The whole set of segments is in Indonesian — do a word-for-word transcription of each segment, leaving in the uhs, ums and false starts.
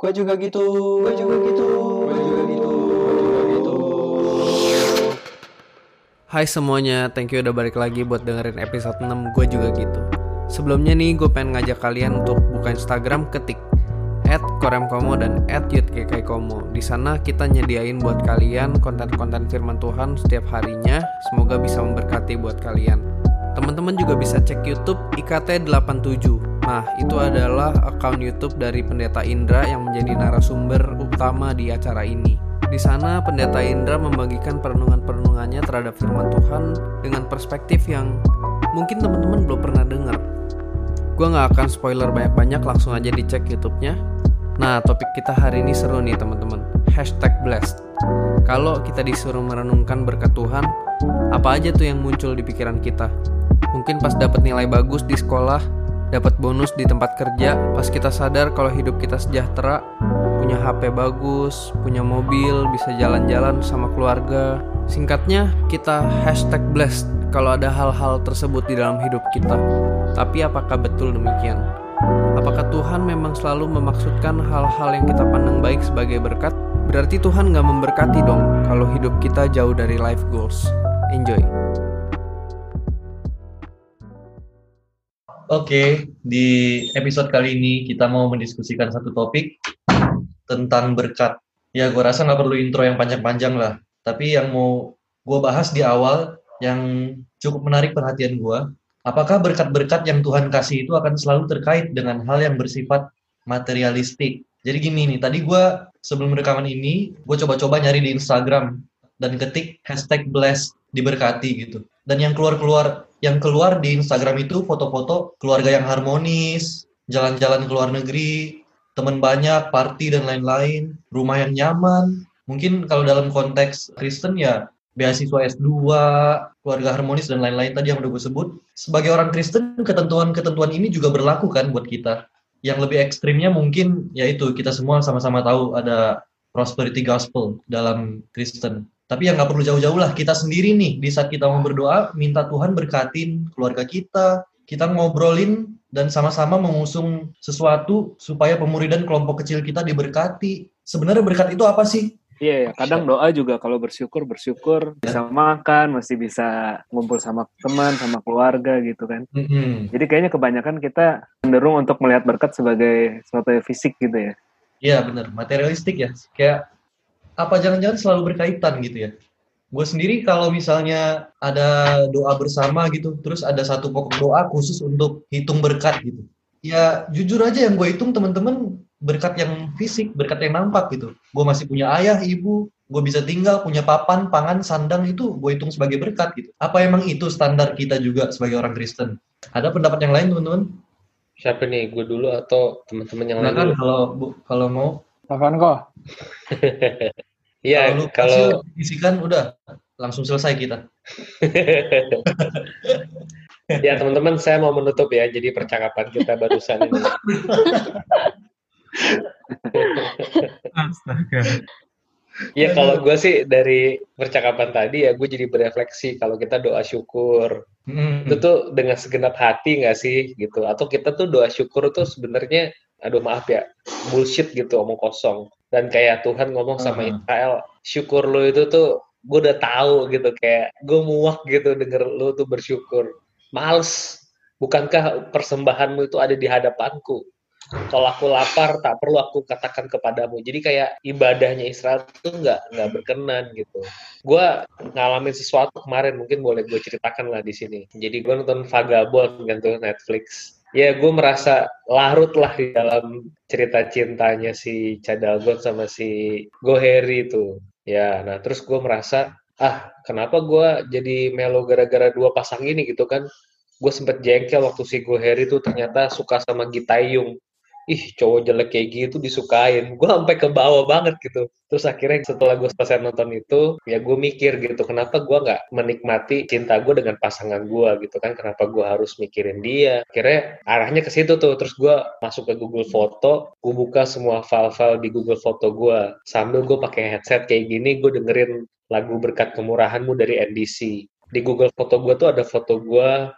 Gue juga gitu. Gue juga gitu. Gue juga gitu. Gue juga gitu. Hai semuanya, thank you udah balik lagi buat dengerin episode enam Gue Juga Gitu. Sebelumnya nih, gue pengen ngajak kalian untuk buka Instagram, ketik et koremkomo dan et yudgkkomo. Di sana kita nyediain buat kalian konten-konten firman Tuhan setiap harinya. Semoga bisa memberkati buat kalian. Teman-teman juga bisa cek YouTube I K T delapan tujuh. Nah, itu adalah akun YouTube dari Pendeta Indra yang menjadi narasumber utama di acara ini. Di sana Pendeta Indra membagikan perenungan-perenungannya terhadap firman Tuhan dengan perspektif yang mungkin teman-teman belum pernah dengar. Gue gak akan spoiler banyak-banyak, langsung aja dicek YouTube-nya. Nah, topik kita hari ini seru nih teman-teman. Hashtag blessed. Kalau kita disuruh merenungkan berkat Tuhan, apa aja tuh yang muncul di pikiran kita? Mungkin pas dapat nilai bagus di sekolah, dapat bonus di tempat kerja, pas kita sadar kalau hidup kita sejahtera, punya H P bagus, punya mobil, bisa jalan-jalan sama keluarga. Singkatnya, kita hashtag blessed kalau ada hal-hal tersebut di dalam hidup kita. Tapi apakah betul demikian? Apakah Tuhan memang selalu memaksudkan hal-hal yang kita pandang baik sebagai berkat? Berarti Tuhan gak memberkati dong kalau hidup kita jauh dari life goals. Enjoy. Oke, di episode kali ini kita mau mendiskusikan satu topik tentang berkat. Ya, gue rasa nggak perlu intro yang panjang-panjang lah. Tapi yang mau gue bahas di awal, yang cukup menarik perhatian gue, apakah berkat-berkat yang Tuhan kasih itu akan selalu terkait dengan hal yang bersifat materialistik? Jadi gini nih, tadi gue sebelum rekaman ini, gue coba-coba nyari di Instagram dan ketik hashtag blessed, diberkati gitu. Dan yang keluar-keluar yang keluar di Instagram itu foto-foto keluarga yang harmonis, jalan-jalan ke luar negeri, teman banyak, party dan lain-lain, rumah yang nyaman. Mungkin kalau dalam konteks Kristen ya beasiswa S dua, keluarga harmonis dan lain-lain tadi yang udah gue sebut. Sebagai orang Kristen, ketentuan-ketentuan ini juga berlaku kan buat kita. Yang lebih ekstrimnya mungkin yaitu kita semua sama-sama tahu ada prosperity gospel dalam Kristen. Tapi yang nggak perlu jauh-jauh lah, kita sendiri nih, di saat kita mau berdoa, minta Tuhan berkatin keluarga kita, kita ngobrolin dan sama-sama mengusung sesuatu supaya pemuridan kelompok kecil kita diberkati. Sebenarnya berkat itu apa sih? Iya, ya, kadang doa juga kalau bersyukur, bersyukur, bisa makan, masih bisa ngumpul sama teman, sama keluarga gitu kan. Mm-hmm. Jadi kayaknya kebanyakan kita cenderung untuk melihat berkat sebagai sesuatu yang fisik gitu ya. Iya benar, materialistik ya, kayak apa jangan-jangan selalu berkaitan gitu ya. Gue sendiri kalau misalnya ada doa bersama gitu, terus ada satu pokok doa khusus untuk hitung berkat gitu. Ya jujur aja yang gue hitung teman-teman berkat yang fisik, berkat yang nampak gitu. Gue masih punya ayah, ibu, gue bisa tinggal, punya papan, pangan, sandang, itu gue hitung sebagai berkat gitu. Apa emang itu standar kita juga sebagai orang Kristen? Ada pendapat yang lain teman-teman? Siapa nih, gue dulu atau teman-teman yang lain Silakan dulu? kalau kalau mau. Apaan kok? Iya, kalau kalau isikan udah langsung selesai kita. Ya teman-teman, saya mau menutup ya, jadi percakapan kita barusan ini. Astaga. Ya kalau gue sih dari percakapan tadi ya, gue jadi berefleksi kalau kita doa syukur, Hmm. itu tuh dengan segenap hati nggak sih gitu? Atau kita tuh doa syukur tuh sebenarnya, aduh maaf ya, bullshit gitu, omong kosong. Dan kayak Tuhan ngomong sama Uh-huh. Israel, syukur lo itu tuh gue udah tahu gitu, kayak gue muak gitu denger lo tuh bersyukur. Males, bukankah persembahanmu itu ada di hadapanku? Kalau aku lapar, tak perlu aku katakan kepadamu. Jadi kayak ibadahnya Israel itu nggak nggak berkenan gitu. Gue ngalamin sesuatu kemarin, mungkin boleh gue ceritakan lah di sini. Jadi gue nonton Vagabond kan tuh Netflix. Ya gue merasa larut lah di dalam cerita cintanya si Cadalgon sama si Goheri itu. Ya, nah terus gue merasa, ah kenapa gue jadi melo gara-gara dua pasang ini gitu kan. Gue sempet jengkel waktu si Goheri tuh ternyata suka sama Gitaeyong. Ih cowok jelek kayak gitu disukain, gue sampai ke bawah banget gitu. Terus akhirnya setelah gue selesai nonton itu, ya gue mikir gitu, kenapa gue nggak menikmati cinta gue dengan pasangan gue gitu kan, kenapa gue harus mikirin dia. Akhirnya arahnya ke situ tuh, terus gue masuk ke Google Foto, gue buka semua file-file di Google Foto gue, sambil gue pakai headset kayak gini, gue dengerin lagu Berkat Kemurahanmu dari N D C. Di Google Foto gue tuh ada foto gue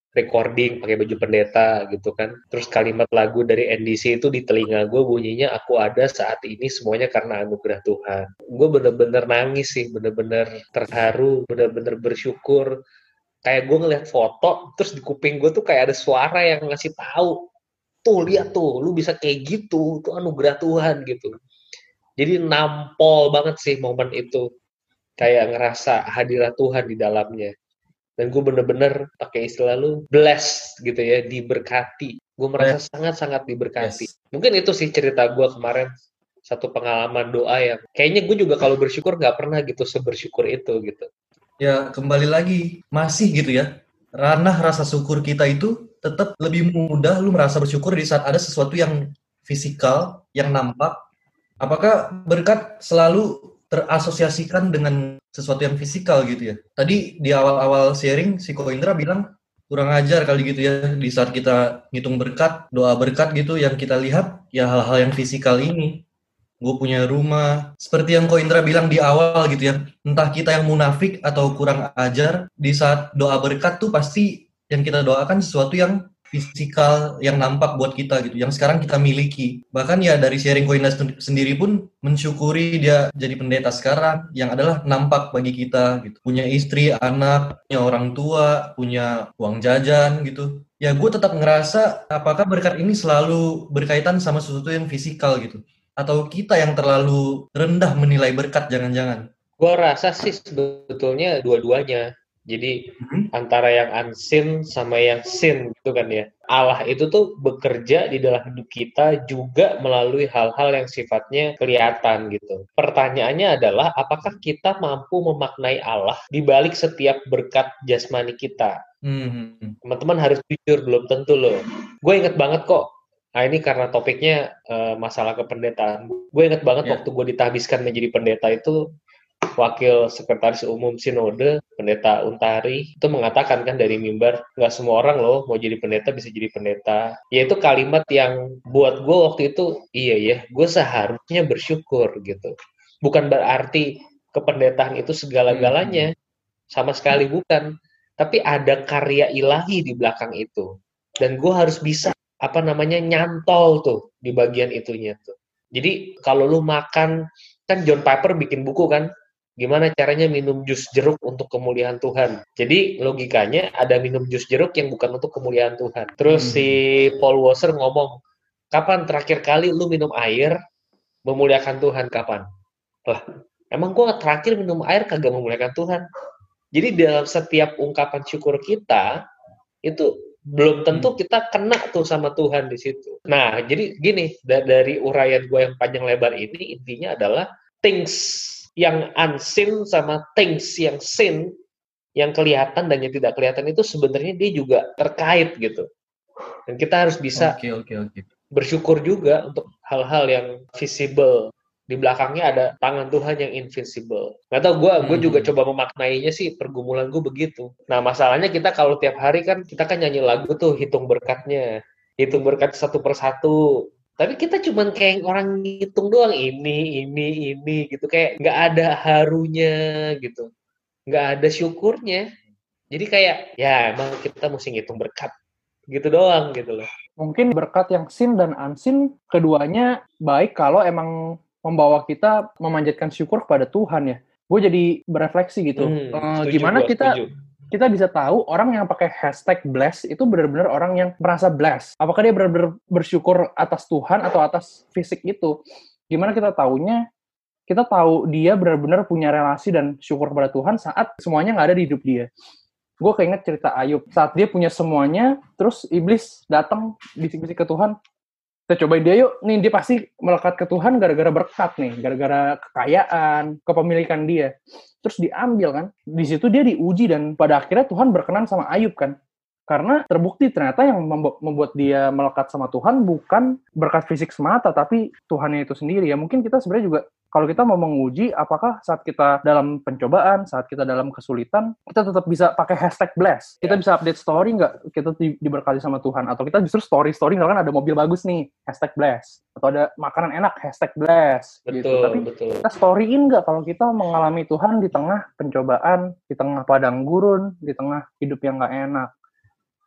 recording pakai baju pendeta gitu kan. Terus kalimat lagu dari N D C itu di telinga gue bunyinya, aku ada saat ini semuanya karena anugerah Tuhan. Gue bener-bener nangis sih, bener-bener terharu, bener-bener bersyukur. Kayak gue ngeliat foto, terus di kuping gue tuh kayak ada suara yang ngasih tahu, tuh lihat tuh, lu bisa kayak gitu, itu anugerah Tuhan gitu. Jadi nampol banget sih momen itu, kayak ngerasa hadirat Tuhan di dalamnya. Dan gue bener-bener pakai istilah lu blessed gitu ya, diberkati. Gue merasa sangat-sangat diberkati. Yes. Mungkin itu sih cerita gue kemarin, satu pengalaman doa yang kayaknya gue juga kalau bersyukur nggak pernah gitu sebersyukur itu gitu. Ya kembali lagi, masih gitu ya, ranah rasa syukur kita itu tetap lebih mudah lu merasa bersyukur di saat ada sesuatu yang fisikal, yang nampak. Apakah berkat selalu terasosiasikan dengan sesuatu yang fisikal gitu ya? Tadi di awal-awal sharing si Ko Indra bilang kurang ajar kali gitu ya, di saat kita ngitung berkat, doa berkat gitu yang kita lihat ya hal-hal yang fisikal ini. Gue punya rumah, seperti yang Ko Indra bilang di awal gitu ya, entah kita yang munafik atau kurang ajar, di saat doa berkat tuh pasti yang kita doakan sesuatu yang fisikal, yang nampak buat kita gitu, yang sekarang kita miliki. Bahkan ya dari sharing Ko Indra sendiri pun mensyukuri dia jadi pendeta sekarang, yang adalah nampak bagi kita gitu. Punya istri, anak, punya orang tua, punya uang jajan gitu. Ya gue tetap ngerasa apakah berkat ini selalu berkaitan sama sesuatu yang fisikal gitu. Atau kita yang terlalu rendah menilai berkat jangan-jangan? Gue rasa sih sebetulnya dua-duanya. Jadi Hmm? antara yang unseen sama yang seen gitu kan ya. Allah itu tuh bekerja di dalam hidup kita juga melalui hal-hal yang sifatnya kelihatan gitu. Pertanyaannya adalah apakah kita mampu memaknai Allah di balik setiap berkat jasmani kita? Hmm. Teman-teman harus jujur, belum tentu loh. Gue inget banget kok. Nah ini karena topiknya uh, masalah kependetaan. Gue inget banget Ya. waktu gue ditahbiskan menjadi pendeta itu, Wakil Sekretaris Umum Sinode, Pendeta Untari, itu mengatakan kan dari mimbar, nggak semua orang loh mau jadi pendeta bisa jadi pendeta. Ya itu kalimat yang buat gue waktu itu, iya ya, gue seharusnya bersyukur gitu. Bukan berarti kependetaan itu segala-galanya, sama sekali bukan. Tapi ada karya ilahi di belakang itu. Dan gue harus bisa apa namanya nyantol tuh di bagian itunya tuh. Jadi kalau lu makan, kan John Piper bikin buku kan, gimana caranya minum jus jeruk untuk kemuliaan Tuhan. Jadi logikanya ada minum jus jeruk yang bukan untuk kemuliaan Tuhan. Terus Hmm. si Paul Washer ngomong, kapan terakhir kali lu minum air memuliakan Tuhan, kapan? Lah, emang gua terakhir minum air kagak memuliakan Tuhan. Jadi dalam setiap ungkapan syukur kita, itu belum tentu kita kena tuh sama Tuhan di situ. Nah, jadi gini, dari uraian gue yang panjang lebar ini, intinya adalah things yang unseen sama things yang seen, yang kelihatan dan yang tidak kelihatan itu sebenarnya dia juga terkait gitu. Dan kita harus bisa Oke, oke, oke. bersyukur juga untuk hal-hal yang visible. Di belakangnya ada tangan Tuhan yang invisible. Nggak tahu, gue gue Hmm. juga coba memaknainya sih, pergumulan gue begitu. Nah masalahnya kita kalau tiap hari kan, kita kan nyanyi lagu tuh, hitung berkatnya. Hitung berkat satu persatu. Tapi kita cuman kayak orang ngitung doang, ini, ini, ini gitu. Kayak nggak ada harunya gitu. Nggak ada syukurnya. Jadi kayak, ya emang kita mesti ngitung berkat. Gitu doang gitu loh. Mungkin berkat yang seen dan unseen, keduanya baik kalau emang membawa kita memanjatkan syukur kepada Tuhan ya. Gue jadi berefleksi gitu. Hmm, Eh, setuju gimana gua, kita setuju. kita bisa tahu orang yang pakai hashtag bless itu benar-benar orang yang merasa blessed. Apakah dia benar-benar bersyukur atas Tuhan atau atas fisik itu? Gimana kita tahunya? Kita tahu dia benar-benar punya relasi dan syukur kepada Tuhan saat semuanya nggak ada di hidup dia. Gue keinget cerita Ayub. Saat dia punya semuanya, terus iblis datang bisik-bisik ke Tuhan. Kita cobain dia yuk. Nih, dia pasti melekat ke Tuhan gara-gara berkat nih. Gara-gara kekayaan, kepemilikan dia. Terus diambil kan. Di situ dia diuji dan pada akhirnya Tuhan berkenan sama Ayub kan. Karena terbukti ternyata yang membuat dia melekat sama Tuhan bukan berkat fisik semata, tapi Tuhannya itu sendiri. Ya mungkin kita sebenarnya juga, kalau kita mau menguji, apakah saat kita dalam pencobaan, saat kita dalam kesulitan, kita tetap bisa pakai hashtag bless. Kita bisa update story nggak? Kita di, diberkati sama Tuhan. Atau kita justru story-story, misalkan ada mobil bagus nih, hashtag bless. Atau ada makanan enak, hashtag bless. Betul, gitu. Tapi betul. kita storyin nggak kalau kita mengalami Tuhan di tengah pencobaan, di tengah padang gurun, di tengah hidup yang nggak enak.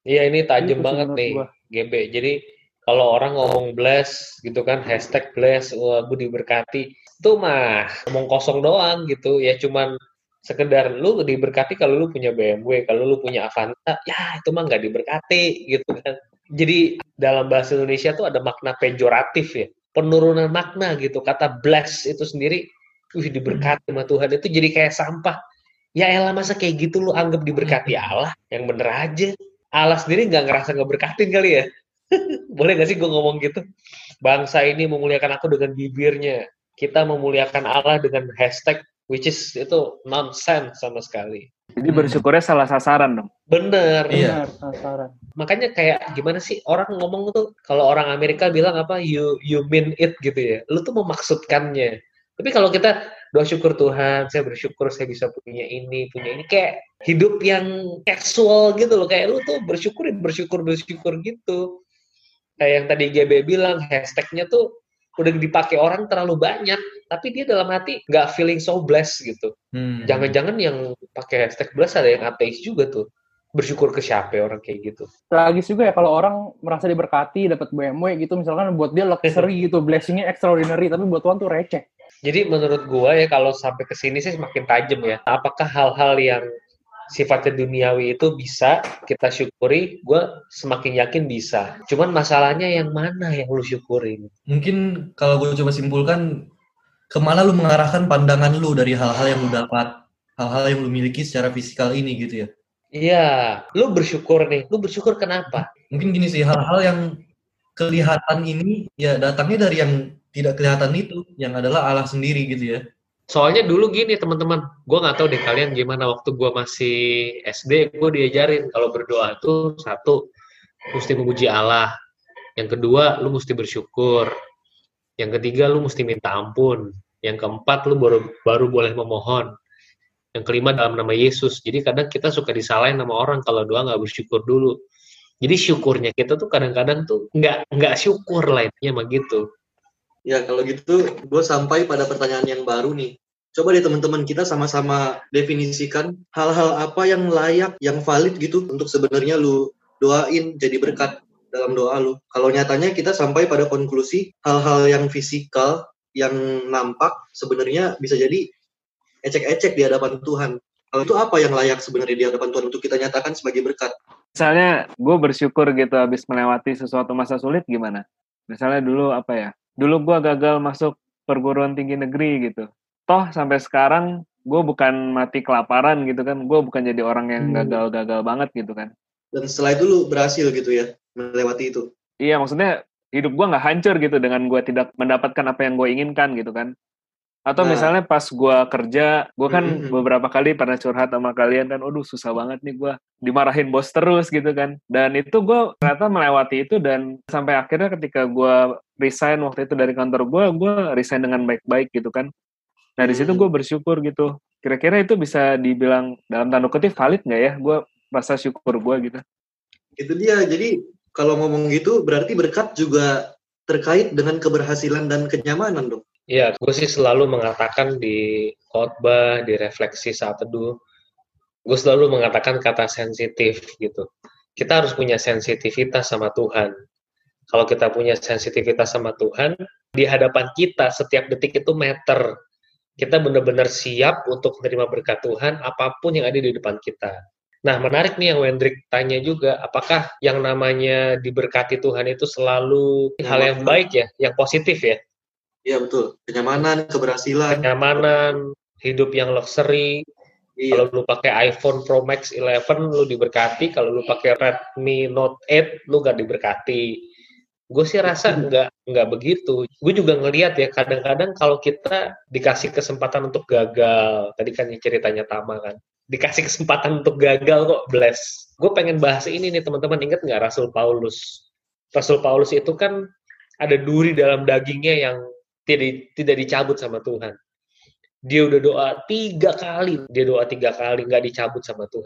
Iya ini tajam Gitu sih banget menurut nih gua. G B. Jadi kalau orang ngomong bless gitu kan, hashtag bless, wah gue diberkati, itu mah ngomong kosong doang gitu. Ya cuman sekedar lu diberkati kalau lu punya B M W, kalau lu punya Avanza, ya itu mah nggak diberkati gitu kan. Jadi dalam bahasa Indonesia tuh ada makna pejoratif ya, penurunan makna gitu. Kata bless itu sendiri, wih diberkati sama Tuhan itu jadi kayak sampah. Ya elah masa kayak gitu lu anggap diberkati Allah, yang bener aja. Allah sendiri nggak ngerasa ngeberkatin kali ya. Boleh nggak sih gue ngomong gitu? Bangsa ini memuliakan aku dengan bibirnya. Kita memuliakan Allah dengan hashtag, which is itu nonsense sama sekali. Jadi Hmm. bersyukurnya salah sasaran dong. Bener. Iya. Benar, penasaran. Makanya kayak gimana sih orang ngomong tuh, kalau orang Amerika bilang apa, you you mean it gitu ya. Lu tuh memaksudkannya. Tapi kalau kita doa syukur Tuhan, saya bersyukur saya bisa punya ini, punya ini. Kayak hidup yang casual gitu loh. Kayak lu tuh bersyukur, bersyukur, bersyukur gitu. Kayak yang tadi G B bilang, hashtagnya tuh udah dipakai orang terlalu banyak. Tapi dia dalam hati nggak feeling so blessed gitu. Hmm. Jangan-jangan yang pakai hashtag blessed ada yang ateis juga tuh. Bersyukur ke siapa ya orang kayak gitu. Tragis juga ya kalau orang merasa diberkati, dapat B M W gitu, misalkan buat dia luxury gitu, blessingnya extraordinary, tapi buat Tuhan tuh receh. Jadi menurut gua ya kalau sampai ke sini sih semakin tajam ya. Apakah hal-hal yang sifatnya duniawi itu bisa kita syukuri? Gua semakin yakin bisa. Cuman masalahnya yang mana yang lu syukurin? Mungkin kalau gue coba simpulkan, kemana lu mengarahkan pandangan lu dari hal-hal yang lu dapat, hal-hal yang lu miliki secara fisikal ini gitu ya. Iya, lu bersyukur nih. Lu bersyukur kenapa? Mungkin gini sih, hal-hal yang kelihatan ini ya datangnya dari yang tidak kelihatan itu, yang adalah Allah sendiri gitu ya. Soalnya dulu gini teman-teman, gue nggak tahu deh kalian gimana waktu gue masih S D, gue diajarin kalau berdoa tuh satu, mesti memuji Allah. Yang kedua, lu mesti bersyukur. Yang ketiga, lu mesti minta ampun. Yang keempat, lu baru, baru boleh memohon. Yang kelima, dalam nama Yesus. Jadi kadang kita suka disalahin sama orang kalau doa nggak bersyukur dulu. Jadi syukurnya kita tuh kadang-kadang tuh nggak nggak syukur lah intinya mah gitu. Ya kalau gitu gue sampai pada pertanyaan yang baru nih. Coba deh teman-teman kita sama-sama definisikan hal-hal apa yang layak, yang valid gitu untuk sebenarnya lu doain jadi berkat dalam doa lu. Kalau nyatanya kita sampai pada konklusi hal-hal yang fisikal, yang nampak sebenarnya bisa jadi ecek-ecek di hadapan Tuhan. Kalau itu apa yang layak sebenarnya di hadapan Tuhan untuk kita nyatakan sebagai berkat? Misalnya gue bersyukur gitu habis melewati sesuatu masa sulit gimana? Misalnya dulu apa ya? Dulu gue gagal masuk perguruan tinggi negeri gitu. Toh sampai sekarang gue bukan mati kelaparan gitu kan. Gue bukan jadi orang yang gagal-gagal banget gitu kan. Dan setelah itu lu berhasil gitu ya, melewati itu. Iya, maksudnya hidup gue nggak hancur gitu dengan gue tidak mendapatkan apa yang gue inginkan gitu kan. Atau Nah. misalnya pas gue kerja, gue kan Mm-hmm. beberapa kali pernah curhat sama kalian kan, aduh susah banget nih gue dimarahin bos terus gitu kan. Dan itu gue ternyata melewati itu dan sampai akhirnya ketika gue resign waktu itu dari kantor gue, gue resign dengan baik-baik gitu kan. Nah di situ gue bersyukur gitu. Kira-kira itu bisa dibilang dalam tanda kutip valid nggak ya? Gue rasa syukur gue gitu. Itu dia. Jadi kalau ngomong gitu berarti berkat juga terkait dengan keberhasilan dan kenyamanan dong. Iya, gue sih selalu mengatakan di khotbah, di refleksi saat teduh, gue selalu mengatakan kata sensitif gitu. Kita harus punya sensitivitas sama Tuhan. Kalau kita punya sensitivitas sama Tuhan, di hadapan kita setiap detik itu meter. Kita benar-benar siap untuk menerima berkat Tuhan, apapun yang ada di depan kita. Nah, menarik nih yang Wendrik tanya juga, apakah yang namanya diberkati Tuhan itu selalu hal yang baik ya, yang positif ya? Iya betul, kenyamanan, keberhasilan, kenyamanan, hidup yang luxury. Iya. Kalau lu pakai iPhone Pro Max eleven lu diberkati, kalau lu pakai Redmi Note eight lu gak diberkati. Gue sih rasa nggak nggak begitu. Gue juga ngelihat ya kadang-kadang kalau kita dikasih kesempatan untuk gagal, tadi kan ceritanya Tama kan, dikasih kesempatan untuk gagal kok bless. Gue pengen bahas ini nih teman-teman, ingat nggak Rasul Paulus? Rasul Paulus itu kan ada duri dalam dagingnya yang tidak tidak dicabut sama Tuhan. Dia udah doa tiga kali, dia doa tiga kali nggak dicabut sama Tuhan.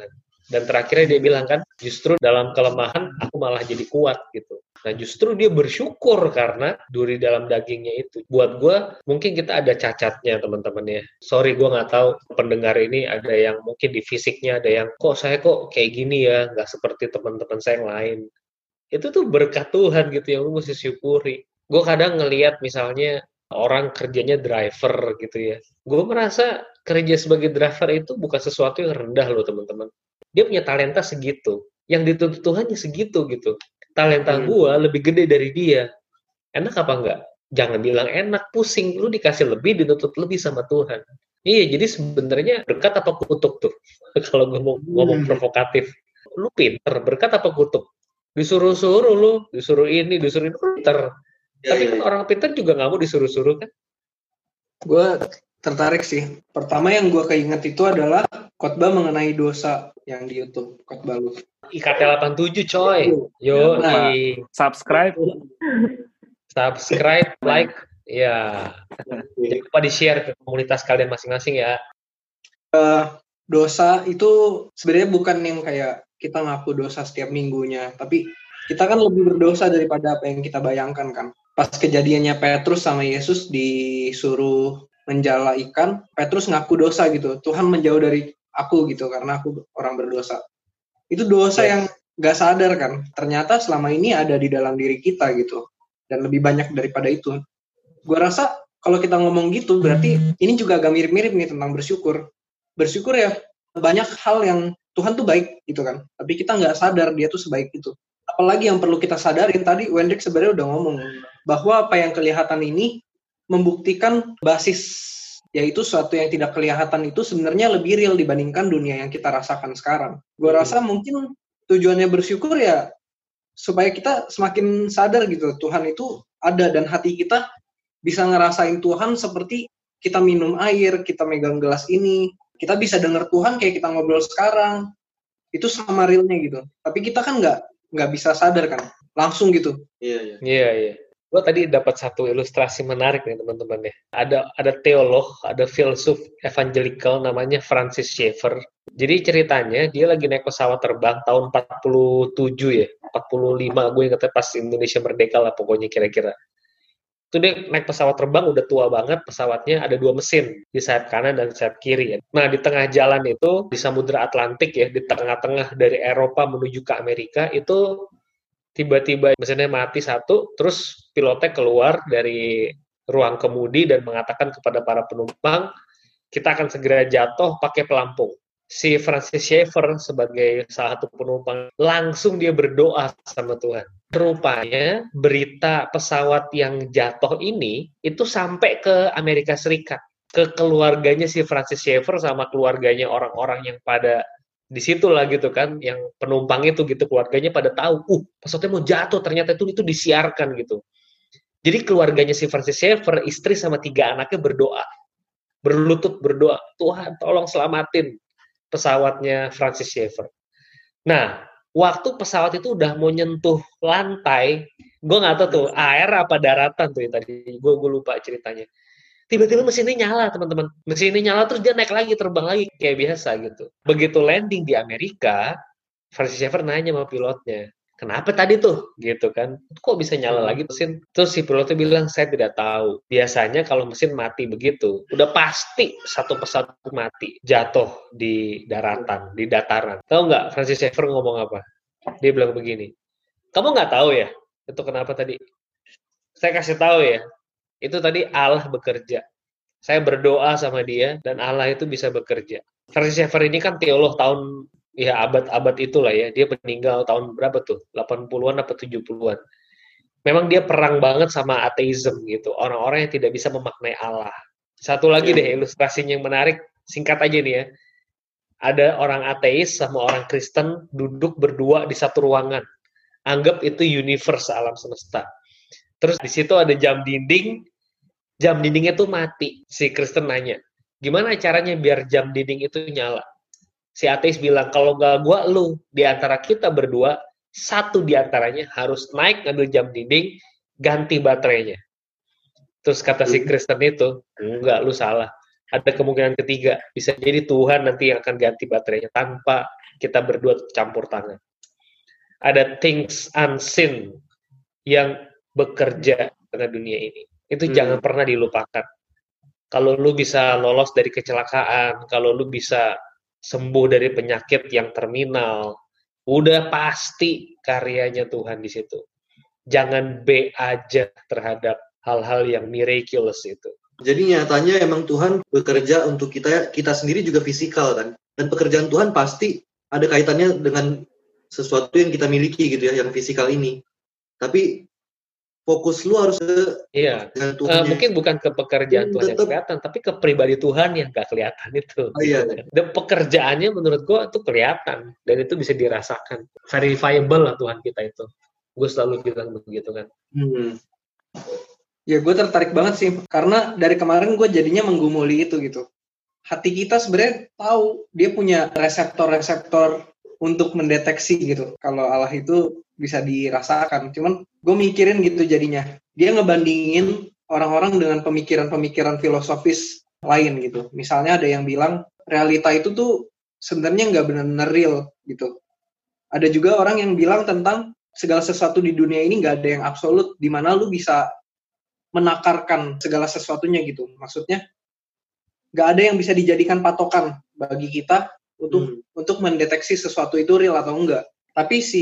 Dan terakhirnya dia bilang kan, justru dalam kelemahan aku malah jadi kuat gitu. Nah justru dia bersyukur karena duri dalam dagingnya itu. Buat gue mungkin kita ada cacatnya teman-teman ya. Sorry gue nggak tahu pendengar ini ada yang mungkin di fisiknya ada yang kok saya kok kayak gini ya, nggak seperti teman-teman saya yang lain. Itu tuh berkat Tuhan gitu yang lu mesti syukuri. Gue kadang ngelihat misalnya orang kerjanya driver gitu ya. Gue merasa kerja sebagai driver itu bukan sesuatu yang rendah loh teman-teman. Dia punya talenta segitu. Yang dituntut Tuhannya segitu gitu. Talenta gue lebih gede dari dia. Enak apa enggak? Jangan bilang enak, pusing. Lu dikasih lebih, dituntut lebih sama Tuhan. Iya, jadi sebenarnya berkat apa kutuk tuh? Kalau gue mau ngomong provokatif. Lu pinter, berkat apa kutuk? Disuruh-suruh lu, disuruh ini, disuruh ini, pinter. Ya, tapi kan ya. Orang pinter juga nggak mau disuruh-suruh kan? Gue tertarik sih. Pertama yang gue keinget itu adalah khotbah mengenai dosa yang di YouTube, khotbah lu. I K T delapan puluh tujuh coy. Yo, nah, subscribe. Subscribe, like. Ya. Jangan lupa di-share ke komunitas kalian masing-masing ya. Uh, dosa itu sebenarnya bukan yang kayak kita ngaku dosa setiap minggunya, tapi kita kan lebih berdosa daripada apa yang kita bayangkan kan. Pas kejadiannya Petrus sama Yesus disuruh menjala ikan, Petrus ngaku dosa gitu. Tuhan menjauh dari aku gitu karena aku orang berdosa. Itu dosa yes. yang gak sadar kan. Ternyata selama ini ada di dalam diri kita gitu. Dan lebih banyak daripada itu. Gue rasa kalau kita ngomong gitu berarti ini juga agak mirip-mirip nih tentang bersyukur. Bersyukur ya banyak hal yang Tuhan tuh baik gitu kan. Tapi kita gak sadar dia tuh sebaik itu. Apalagi yang perlu kita sadarin tadi Wendrik sebenarnya udah ngomong bahwa apa yang kelihatan ini membuktikan basis yaitu sesuatu yang tidak kelihatan itu sebenarnya lebih real dibandingkan dunia yang kita rasakan sekarang. Gue rasa mungkin tujuannya bersyukur ya supaya kita semakin sadar gitu Tuhan itu ada dan hati kita bisa ngerasain Tuhan seperti kita minum air, kita megang gelas ini, kita bisa dengar Tuhan kayak kita ngobrol sekarang. Itu sama realnya gitu. Tapi kita kan nggak nggak bisa sadar kan langsung gitu. Iya iya. Iya iya. Gue tadi dapat satu ilustrasi menarik nih teman-teman ya. Ada ada teolog, ada filsuf evangelical namanya Francis Schaeffer. Jadi ceritanya dia lagi naik pesawat terbang tahun empat puluh tujuh ya, empat puluh lima gue ingetnya pas Indonesia merdeka lah pokoknya kira-kira. Itu dia naik pesawat terbang udah tua banget, pesawatnya ada dua mesin di sayap kanan dan sayap kiri ya. Nah di tengah jalan itu di Samudra Atlantik ya, di tengah-tengah dari Eropa menuju ke Amerika itu tiba-tiba mesinnya mati satu, terus pilotnya keluar dari ruang kemudi dan mengatakan kepada para penumpang, kita akan segera jatuh pakai pelampung. Si Francis Schaeffer sebagai salah satu penumpang, langsung dia berdoa sama Tuhan. Rupanya berita pesawat yang jatuh ini, itu sampai ke Amerika Serikat. Ke keluarganya si Francis Schaeffer sama keluarganya orang-orang yang pada di situ lah gitu kan, yang penumpang itu gitu keluarganya pada tahu, uh pesawatnya mau jatuh ternyata itu itu disiarkan gitu. Jadi keluarganya si Francis Schaeffer, istri sama tiga anaknya berdoa, berlutut berdoa, Tuhan tolong selamatin pesawatnya Francis Schaeffer. Nah, waktu pesawat itu udah mau nyentuh lantai, gue nggak tahu tuh air apa daratan tuh ya tadi, gue gue lupa ceritanya. Tiba-tiba mesinnya nyala, teman-teman. Mesinnya nyala, terus dia naik lagi, terbang lagi, kayak biasa gitu. Begitu landing di Amerika, Francis Schaeffer nanya sama pilotnya, kenapa tadi tuh? Gitu kan. Kok bisa nyala lagi mesin? Terus si pilotnya bilang, saya tidak tahu. Biasanya kalau mesin mati begitu, udah pasti satu pesawat mati, jatuh di daratan, di dataran. Tahu nggak Francis Schaeffer ngomong apa? Dia bilang begini, kamu nggak tahu ya, itu kenapa tadi? Saya kasih tahu ya. Itu tadi Allah bekerja. Saya berdoa sama dia dan Allah itu bisa bekerja. Francis Schaeffer ini kan teolog tahun ya abad-abad itulah ya. Dia meninggal tahun berapa tuh? delapan puluhan atau tujuh puluhan. Memang dia perang banget sama ateisme gitu. Orang-orang yang tidak bisa memaknai Allah. Satu lagi deh ilustrasinya yang menarik, singkat aja nih ya. Ada orang ateis sama orang Kristen duduk berdua di satu ruangan. Anggap itu universe alam semesta. Terus di situ ada jam dinding, jam dindingnya tuh mati. Si Kristen nanya, gimana caranya biar jam dinding itu nyala? Si ateis bilang, kalau gak gua, lu. Di antara kita berdua, satu di antaranya harus naik ngambil jam dinding, ganti baterainya. Terus kata si Kristen itu, enggak, lu salah. Ada kemungkinan ketiga, bisa jadi Tuhan nanti yang akan ganti baterainya tanpa kita berdua campur tangan. Ada things unseen yang bekerja dengan dunia ini. Itu Hmm. jangan pernah dilupakan. Kalau lu bisa lolos dari kecelakaan, kalau lu bisa sembuh dari penyakit yang terminal, udah pasti karyanya Tuhan di situ. Jangan B aja terhadap hal-hal yang miraculous itu. Jadi nyatanya emang Tuhan bekerja untuk kita, kita sendiri juga fisikal kan. Dan pekerjaan Tuhan pasti ada kaitannya dengan sesuatu yang kita miliki gitu ya, yang fisikal ini. Tapi fokus lu harus ke Iya. dengan Eh, Tuhan. mungkin bukan ke pekerjaan Hmm, Tuhan yang tetep. kelihatan, tapi ke pribadi Tuhan yang gak kelihatan itu. Oh, iya. Dan pekerjaannya menurut gue itu kelihatan dan itu bisa dirasakan. Verifiable lah Tuhan kita itu. Gue selalu bilang begitu kan. Hmm. Ya gue tertarik banget sih, karena dari kemarin gue jadinya menggumuli itu gitu. Hati kita sebenarnya tahu dia punya reseptor-reseptor untuk mendeteksi gitu. Kalau Allah itu bisa dirasakan. Cuman gue mikirin gitu jadinya. Dia ngebandingin orang-orang dengan pemikiran-pemikiran filosofis lain gitu. Misalnya ada yang bilang realita itu tuh sebenarnya nggak benar-benar real gitu. Ada juga orang yang bilang tentang segala sesuatu di dunia ini nggak ada yang absolut, di mana lu bisa menakarkan segala sesuatunya gitu. Maksudnya nggak ada yang bisa dijadikan patokan bagi kita untuk hmm. untuk mendeteksi sesuatu itu real atau enggak. Tapi si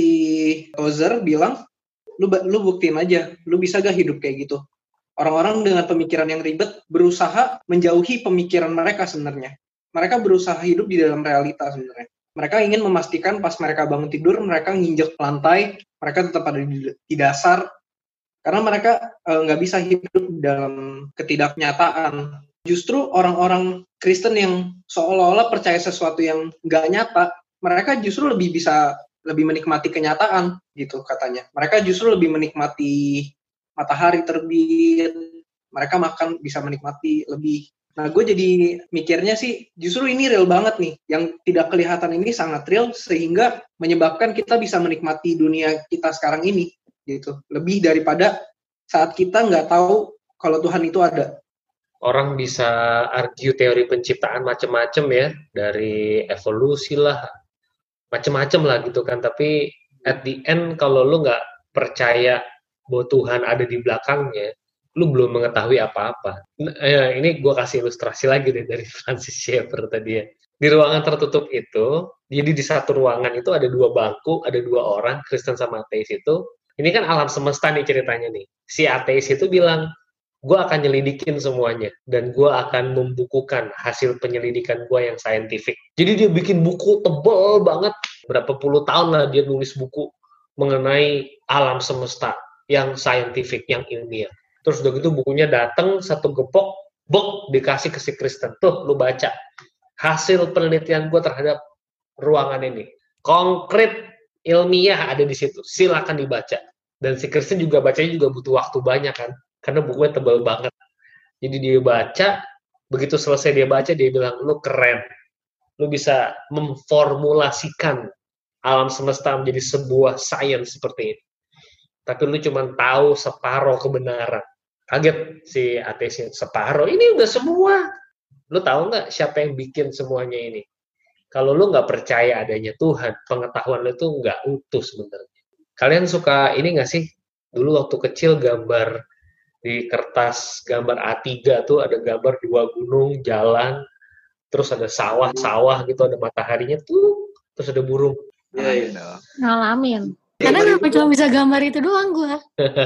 Tozer bilang, lu lu buktiin aja, lu bisa gak hidup kayak gitu. Orang-orang dengan pemikiran yang ribet berusaha menjauhi pemikiran mereka sebenarnya. Mereka berusaha hidup di dalam realita sebenarnya. Mereka ingin memastikan pas mereka bangun tidur, mereka nginjek lantai, mereka tetap ada di, di dasar, karena mereka nggak e, bisa hidup dalam ketidaknyataan. Justru orang-orang Kristen yang seolah-olah percaya sesuatu yang nggak nyata, mereka justru lebih bisa lebih menikmati kenyataan gitu katanya. Mereka justru lebih menikmati matahari terbit, mereka makan bisa menikmati lebih. Nah, gue jadi mikirnya sih, justru ini real banget nih. Yang tidak kelihatan ini sangat real, sehingga menyebabkan kita bisa menikmati dunia kita sekarang ini, gitu. Lebih daripada saat kita nggak tahu kalau Tuhan itu ada. Orang bisa argue teori penciptaan macam-macam ya, dari evolusi lah, macam-macam lah gitu kan. Tapi at the end, kalau lu nggak percaya bahwa Tuhan ada di belakangnya, lu belum mengetahui apa-apa. Nah, ya, ini gue kasih ilustrasi lagi deh dari Francis Schaeffer tadi ya. Di ruangan tertutup itu, jadi di satu ruangan itu ada dua bangku, ada dua orang, Kristen sama ateis itu. Ini kan alam semesta nih ceritanya nih. Si ateis itu bilang, gue akan nyelidikin semuanya, dan gue akan membukukan hasil penyelidikan gue yang saintifik. Jadi dia bikin buku tebal banget, berapa puluh tahun lah dia nulis buku mengenai alam semesta yang saintifik, yang ilmiah. Terus udah gitu bukunya datang satu gepok, bok dikasih ke si Kristen. Tuh, lu baca. Hasil penelitian gue terhadap ruangan ini. Konkret, ilmiah ada di situ. Silakan dibaca. Dan si Kristen juga bacanya juga butuh waktu banyak kan. Karena bukunya tebal banget. Jadi dia baca, begitu selesai dia baca, dia bilang, lu keren. Lu bisa memformulasikan alam semesta menjadi sebuah sains seperti ini. Tapi lu cuma tahu separuh kebenaran. Kaget si ateisnya, separuh, ini udah semua. Lu tahu nggak siapa yang bikin semuanya ini? Kalau lu nggak percaya adanya Tuhan, pengetahuan lu itu nggak utuh sebenarnya. Kalian suka ini nggak sih? Dulu waktu kecil gambar di kertas, gambar A tiga tuh ada gambar dua gunung, jalan, terus ada sawah-sawah gitu, ada mataharinya tuh, terus ada burung. Iya, iya. Ngalamin. Karena kenapa cuma bisa gambar itu doang gue?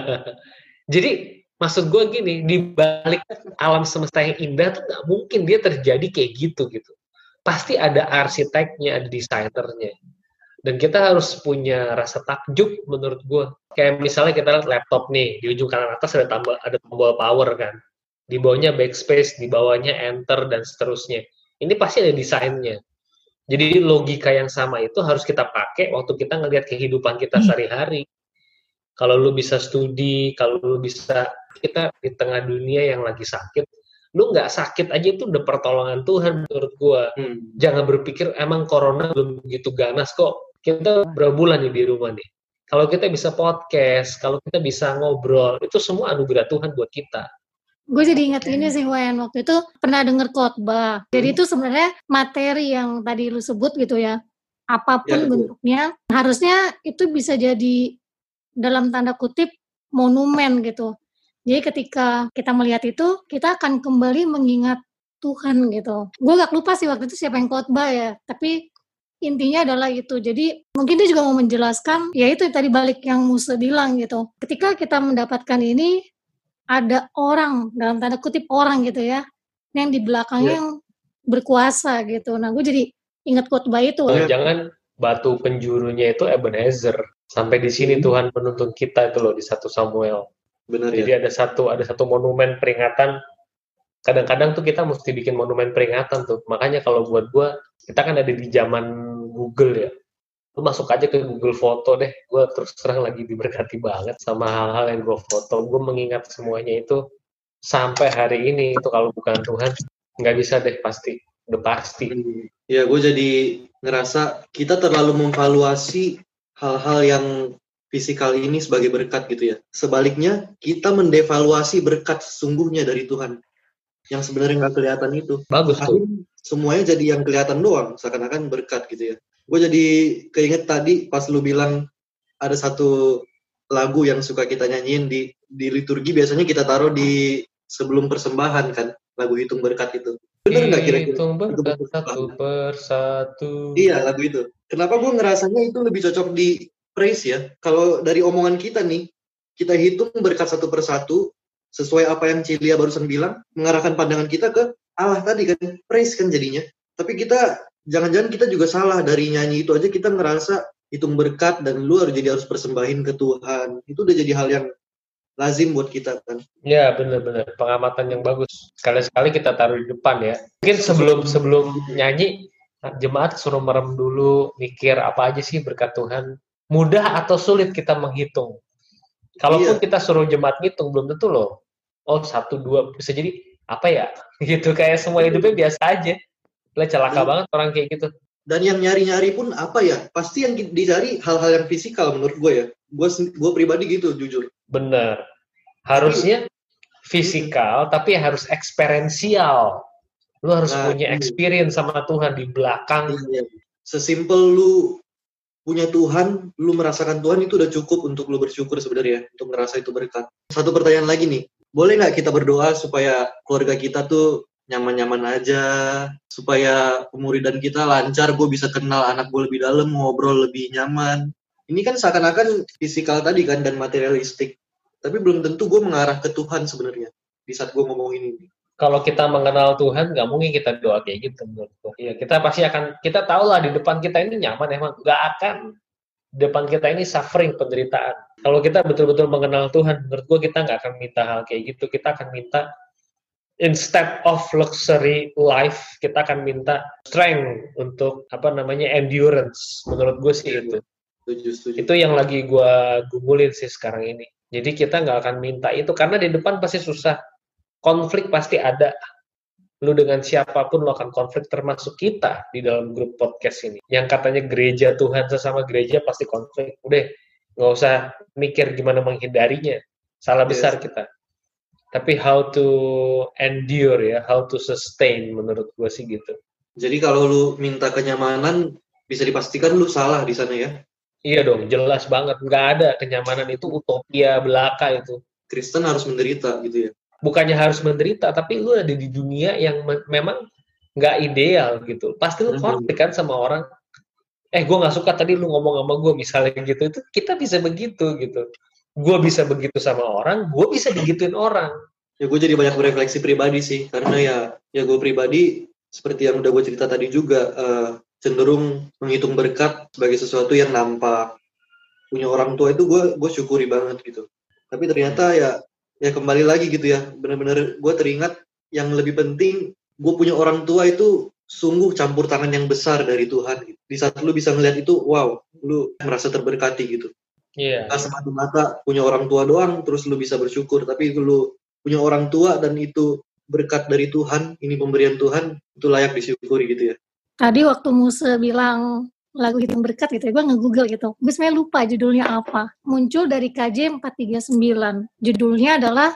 Jadi maksud gue gini, di balik alam semesta yang indah tuh nggak mungkin dia terjadi kayak gitu gitu. Pasti ada arsiteknya, ada desainernya. Dan kita harus punya rasa takjub menurut gue. Kayak misalnya kita lihat laptop nih, di ujung kanan atas ada tombol, ada tombol power kan. Di bawahnya backspace, di bawahnya enter dan seterusnya. Ini pasti ada desainnya. Jadi logika yang sama itu harus kita pakai waktu kita ngelihat kehidupan kita sehari-hari. Kalau lu bisa studi, kalau lu bisa, kita di tengah dunia yang lagi sakit, lu nggak sakit aja itu udah pertolongan Tuhan menurut gua. Hmm. Jangan berpikir emang corona belum begitu ganas kok. Kita berapa bulan nih di rumah nih. Kalau kita bisa podcast, kalau kita bisa ngobrol, itu semua anugerah Tuhan buat kita. Gue jadi ingat ini sih Wen, waktu itu pernah denger khotbah. Jadi itu sebenarnya materi yang tadi lu sebut gitu ya. Apapun Ya, betul. bentuknya, harusnya itu bisa jadi dalam tanda kutip monumen gitu. Jadi ketika kita melihat itu, kita akan kembali mengingat Tuhan gitu. Gue gak lupa sih waktu itu siapa yang khotbah ya, tapi intinya adalah itu. Jadi mungkin dia juga mau menjelaskan, ya itu tadi balik yang Musa bilang gitu. Ketika kita mendapatkan ini, ada orang, dalam tanda kutip orang gitu ya, yang di belakangnya Iya. yang berkuasa gitu. Nah gue jadi ingat khotbah itu. Jangan batu penjurunya itu Ebenezer. Sampai di sini Hmm. Tuhan menuntun kita itu loh di satu Samuel. Benar Jadi ya. ada satu ada satu monumen peringatan. Kadang-kadang tuh kita mesti bikin monumen peringatan tuh. Makanya kalau buat gua, kita kan ada di zaman Google ya. Lu masuk aja ke Google Foto deh. Gua terus terang lagi diberkati banget sama hal-hal yang gua foto. Gua mengingat semuanya itu sampai hari ini. Itu kalau bukan Tuhan nggak bisa deh pasti. Udah pasti. Ya, gue jadi ngerasa kita terlalu memvaluasi hal-hal yang fisikal ini sebagai berkat gitu ya. Sebaliknya, kita mendevaluasi berkat sesungguhnya dari Tuhan. Yang sebenarnya nggak kelihatan itu. Bagus tuh. Akhirnya semuanya jadi yang kelihatan doang, seakan-akan berkat gitu ya. Gue jadi keinget tadi pas lu bilang ada satu lagu yang suka kita nyanyiin di di liturgi, biasanya kita taruh di sebelum persembahan kan, lagu Hitung Berkat itu. Bener nggak kira-kira? Hitung berkat satu persatu. Iya, lagu itu. Kenapa gue ngerasanya itu lebih cocok di praise ya? Kalau dari omongan kita nih, kita hitung berkat satu persatu, sesuai apa yang Cilia barusan bilang, mengarahkan pandangan kita ke Allah tadi kan, praise kan jadinya. Tapi kita, jangan-jangan kita juga salah dari nyanyi itu aja kita ngerasa hitung berkat dan lu harus jadi harus persembahin ke Tuhan. Itu udah jadi hal yang lazim buat kita kan. Ya benar-benar pengamatan yang bagus. Sekali-sekali kita taruh di depan ya. Mungkin sebelum sebelum nyanyi jemaat suruh merem dulu, mikir apa aja sih berkat Tuhan. Mudah atau sulit kita menghitung. Kalaupun Iya. kita suruh jemaat ngitung belum tentu loh. Oh satu dua bisa jadi apa ya? Gitu kayak semua hidupnya biasa aja. Lah celaka Hmm. banget orang kayak gitu. Dan yang nyari-nyari pun apa ya? Pasti yang dicari hal-hal yang fisikal menurut gue ya. Gue gue pribadi gitu jujur. Bener. Harusnya fisikal tapi harus eksperensial. Lu harus Nah, punya iya. experience sama Tuhan di belakang. Iya. Sesimpel lu punya Tuhan, lu merasakan Tuhan itu udah cukup untuk lu bersyukur sebenarnya, untuk ngerasa itu berkat. Satu pertanyaan lagi nih, boleh nggak kita berdoa supaya keluarga kita tuh nyaman-nyaman aja, supaya pemuridan kita lancar, gue bisa kenal anak gue lebih dalam, ngobrol lebih nyaman. Ini kan seakan-akan fisikal tadi kan dan materialistik, tapi belum tentu gue mengarah ke Tuhan sebenarnya di saat gue ngomong ini. Kalau kita mengenal Tuhan, nggak mungkin kita doa kayak gitu menurutku. Ya, kita pasti akan, kita tahu lah di depan kita ini nyaman, emang nggak akan. Di depan kita ini suffering, penderitaan. Kalau kita betul-betul mengenal Tuhan, menurut gue kita nggak akan minta hal kayak gitu. Kita akan minta, instead of luxury life, kita akan minta strength untuk, apa namanya, endurance. Menurut gue sih itu. Setuju, setuju. Itu yang lagi gue gumulin sih sekarang ini. Jadi kita nggak akan minta itu, karena di depan pasti susah. Konflik pasti ada. Lu dengan siapapun lu akan konflik, termasuk kita di dalam grup podcast ini. Yang katanya gereja Tuhan, sesama gereja pasti konflik. Udah, nggak usah mikir gimana menghindarinya. Salah besar Yes. kita. Tapi how to endure ya, how to sustain menurut gue sih gitu. Jadi kalau lu minta kenyamanan, bisa dipastikan lu salah di sana ya. Iya dong, jelas banget. Nggak ada kenyamanan itu utopia belaka itu. Kristen harus menderita gitu ya. Bukannya harus menderita, tapi lu ada di dunia yang me- memang nggak ideal gitu. Pasti lu konflik kan sama orang. Eh, gue nggak suka tadi lu ngomong sama gue misalnya gitu. Itu kita bisa begitu gitu. Gue bisa begitu sama orang, gue bisa digituin orang. Ya gue jadi banyak berefleksi pribadi sih, karena ya ya gue pribadi seperti yang udah gue cerita tadi juga eh, cenderung menghitung berkat sebagai sesuatu yang nampak. Punya orang tua itu gue gue syukuri banget gitu. Tapi ternyata ya ya kembali lagi gitu ya, benar-benar gue teringat yang lebih penting, gue punya orang tua itu sungguh campur tangan yang besar dari Tuhan. Gitu. Di saat lu bisa ngeliat itu, wow, lu merasa terberkati gitu. Iya. Gak semata-mata punya orang tua doang, terus lu bisa bersyukur. Tapi lu punya orang tua dan itu berkat dari Tuhan, ini pemberian Tuhan, itu layak disyukuri gitu ya. Tadi waktu Musa bilang lagu Hitung Berkat gitu ya, gue nge-google gitu. Gue sebenarnya lupa judulnya apa. Muncul dari K J empat tiga sembilan. Judulnya adalah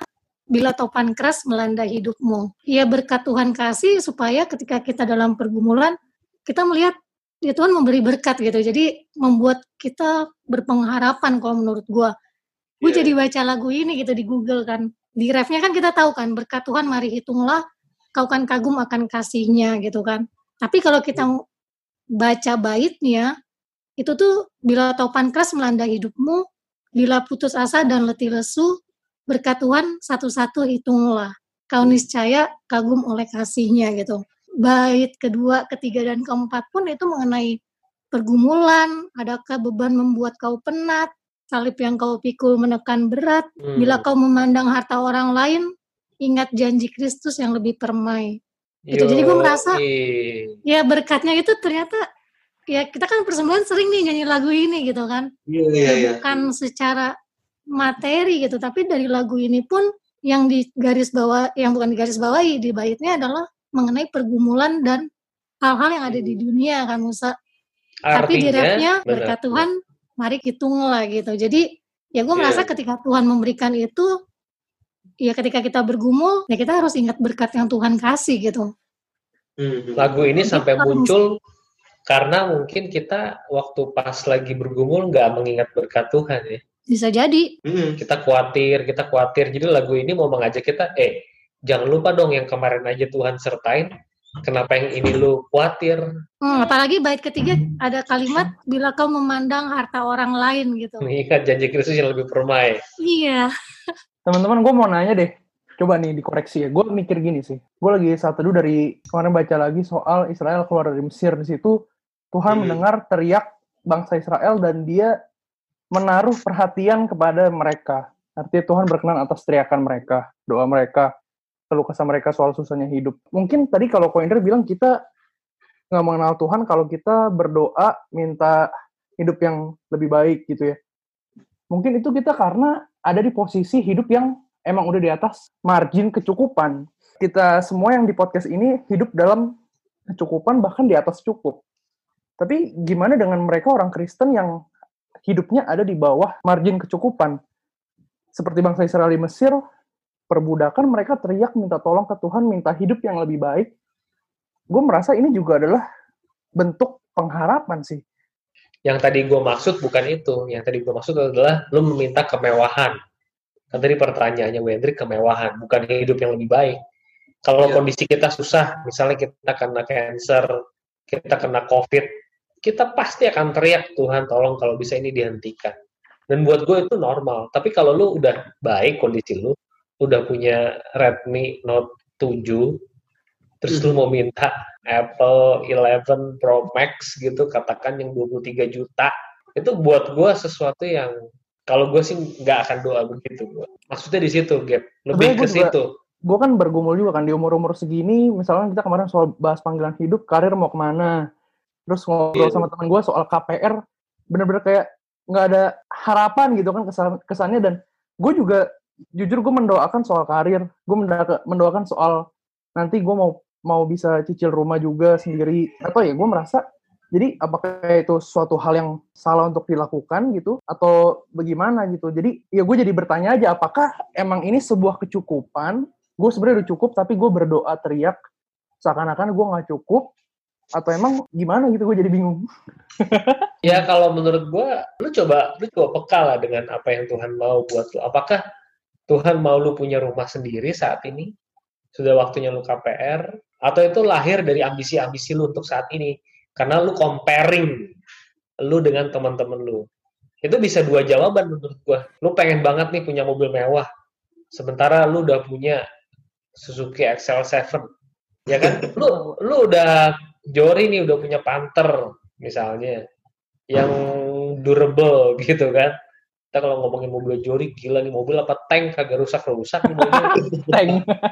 bila topan keras melanda hidupmu. Ya berkat Tuhan kasih supaya ketika kita dalam pergumulan, kita melihat ya Tuhan memberi berkat gitu. Jadi membuat kita berpengharapan kalau menurut gue. Gue Iya. jadi baca lagu ini gitu di Google kan. Di refnya kan kita tahu kan, berkat Tuhan mari hitunglah, kau kan kagum akan kasihnya gitu kan. Tapi kalau kita baca baitnya, itu tuh bila topan keras melanda hidupmu, bila putus asa dan letih lesu, berkat Tuhan satu-satu hitunglah, kau niscaya kagum oleh kasihnya gitu. Bait kedua, ketiga, dan keempat pun itu mengenai pergumulan, adakah beban membuat kau penat, salib yang kau pikul menekan berat, Hmm. bila kau memandang harta orang lain, ingat janji Kristus yang lebih permai. Gitu. Jadi gue merasa, Yoi. ya berkatnya itu ternyata, ya kita kan persembahan sering nih nyanyi lagu ini gitu kan. Iya, iya, Ya iya. bukan secara materi gitu, tapi dari lagu ini pun yang di garis bawah, yang bukan di garis bawahi, di baitnya adalah mengenai pergumulan dan hal-hal yang ada di dunia kan Musa. Tapi di Artinya, refnya benar. berkat Tuhan, mari hitunglah gitu. Jadi ya gue merasa Iya. ketika Tuhan memberikan itu, ya ketika kita bergumul, ya kita harus ingat berkat yang Tuhan kasih gitu. Hmm. Lagu ini Jadi sampai kalau muncul karena mungkin kita waktu pas lagi bergumul nggak mengingat berkat Tuhan ya. Bisa jadi. Hmm. Kita khawatir, kita khawatir. Jadi lagu ini mau mengajak kita, eh jangan lupa dong yang kemarin aja Tuhan sertain, kenapa yang ini lu khawatir? Hmm, apalagi bait ketiga ada kalimat, bila kau memandang harta orang lain gitu. Mengingat janji Kristus yang lebih permai. Iya. Teman-teman, gue mau nanya deh. Coba nih dikoreksi ya. Gue mikir gini sih. Gue lagi saat teduh dari kemarin baca lagi soal Israel keluar dari Mesir. Di situ Tuhan Hmm. mendengar teriak bangsa Israel dan dia menaruh perhatian kepada mereka. Artinya Tuhan berkenan atas teriakan mereka, doa mereka, keluh kesah mereka soal susahnya hidup. Mungkin tadi kalau Koinder bilang kita nggak mengenal Tuhan kalau kita berdoa minta hidup yang lebih baik gitu ya. Mungkin itu kita karena ada di posisi hidup yang emang udah di atas margin kecukupan. Kita semua yang di podcast ini hidup dalam kecukupan, bahkan di atas cukup. Tapi gimana dengan mereka orang Kristen yang hidupnya ada di bawah margin kecukupan? Seperti bangsa Israel di Mesir, perbudakan, mereka teriak minta tolong ke Tuhan, minta hidup yang lebih baik. Gue merasa ini juga adalah bentuk pengharapan sih. Yang tadi gue maksud bukan itu. Yang tadi gue maksud adalah lu meminta kemewahan. Kan tadi pertanyaannya Wendry, kemewahan, bukan hidup yang lebih baik. Kalau Iya. kondisi kita susah, misalnya kita kena cancer, kita kena COVID, kita pasti akan teriak, Tuhan tolong kalau bisa ini dihentikan. Dan buat gue itu normal. Tapi kalau lu udah baik kondisi lu, udah punya Redmi Note tujuh, terus lu mau minta Apple eleven Pro Max gitu, katakan yang dua puluh tiga juta, itu buat gue sesuatu yang kalau gue sih nggak akan doa begitu. Gua. Maksudnya di situ, Gap. Lebih Sebenarnya ke gua juga- situ. Gue kan bergumul juga kan di umur-umur segini, misalnya kita kemarin soal bahas panggilan hidup, karir mau kemana, terus ngobrol Iya. sama teman gue soal K P R, bener-bener kayak nggak ada harapan gitu kan kesan, kesannya, dan gue juga jujur gue mendoakan soal karir, gue mendoakan soal nanti gue mau mau bisa cicil rumah juga sendiri, atau ya gue merasa jadi apakah itu suatu hal yang salah untuk dilakukan gitu atau bagaimana gitu. Jadi ya gue jadi bertanya aja, apakah emang ini sebuah kecukupan? Gue sebenarnya udah cukup tapi gue berdoa teriak seakan-akan gue nggak cukup, atau emang gimana gitu, gue jadi bingung. Ya kalau menurut gue, lu coba lu coba peka lah dengan apa yang Tuhan mau buat lu. Apakah Tuhan mau lu punya rumah sendiri saat ini? Sudah waktunya lu K P R? Atau itu lahir dari ambisi-ambisi lu untuk saat ini? Karena lu comparing lu dengan teman-teman lu. Itu bisa dua jawaban menurut gue. Lu pengen banget nih punya mobil mewah. Sementara lu udah punya Suzuki X L tujuh. Ya kan? Lu lu udah Jori nih udah punya Panther misalnya. Yang durable gitu kan. Kita kalau ngomongin mobil Jori, gila nih mobil apa tank kagak rusak-rusak nih mobil. Tank.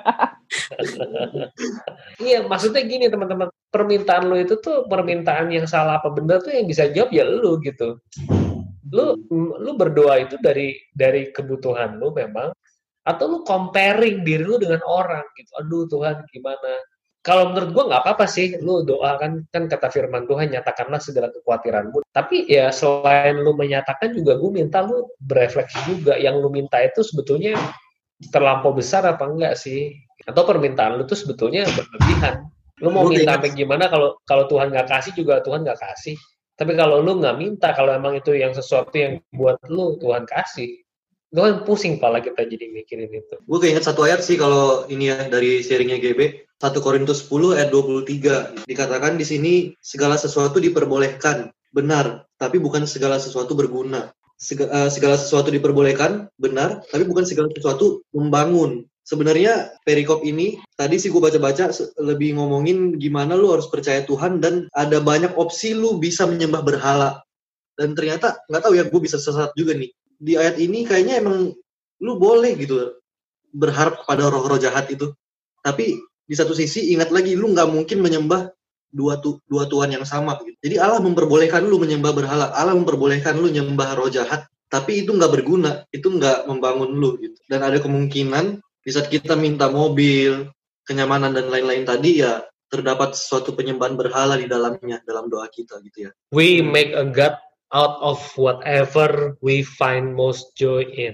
Iya, maksudnya gini teman-teman, permintaan lu itu tuh permintaan yang salah apa benar tuh yang bisa jawab ya lu gitu. Lu lu berdoa itu dari dari kebutuhan lu memang, atau lu comparing diri lu dengan orang gitu. Aduh Tuhan gimana? Kalau menurut gua nggak apa-apa sih, lu doa kan, kan kata firman Tuhan, nyatakanlah segala kekhawatiranmu. Tapi ya selain lu menyatakan juga gue minta lu berefleksi juga. Yang lu minta itu sebetulnya terlampau besar apa enggak sih? Atau permintaan lu tuh sebetulnya berlebihan. Lu mau Gua minta keinget- sampai gimana kalau kalau Tuhan nggak kasih juga Tuhan nggak kasih. Tapi kalau lu nggak minta, kalau emang itu yang sesuatu yang buat lu Tuhan kasih, itu kan pusing pala kita jadi mikirin itu. Gue keinget satu ayat sih kalau ini ya dari sharingnya G B. satu Korintus sepuluh ayat dua puluh tiga. Dikatakan di sini segala sesuatu diperbolehkan. Benar, tapi bukan segala sesuatu berguna. Sega- eh, segala sesuatu diperbolehkan, benar, tapi bukan segala sesuatu membangun. Sebenarnya perikop ini, tadi sih gue baca-baca se- lebih ngomongin gimana lu harus percaya Tuhan dan ada banyak opsi lu bisa menyembah berhala. Dan ternyata, nggak tahu ya, gue bisa sesat juga nih. Di ayat ini kayaknya emang lu boleh gitu berharap kepada roh-roh jahat itu. Tapi di satu sisi ingat lagi lu nggak mungkin menyembah dua tu, dua Tuhan yang sama gitu. Jadi Allah memperbolehkan lu menyembah berhala, Allah memperbolehkan lu menyembah roh jahat, tapi itu nggak berguna, itu nggak membangun lu gitu. Dan ada kemungkinan di saat kita minta mobil, kenyamanan dan lain-lain tadi ya terdapat suatu penyembahan berhala di dalamnya dalam doa kita gitu ya. We make a God out of whatever we find most joy in.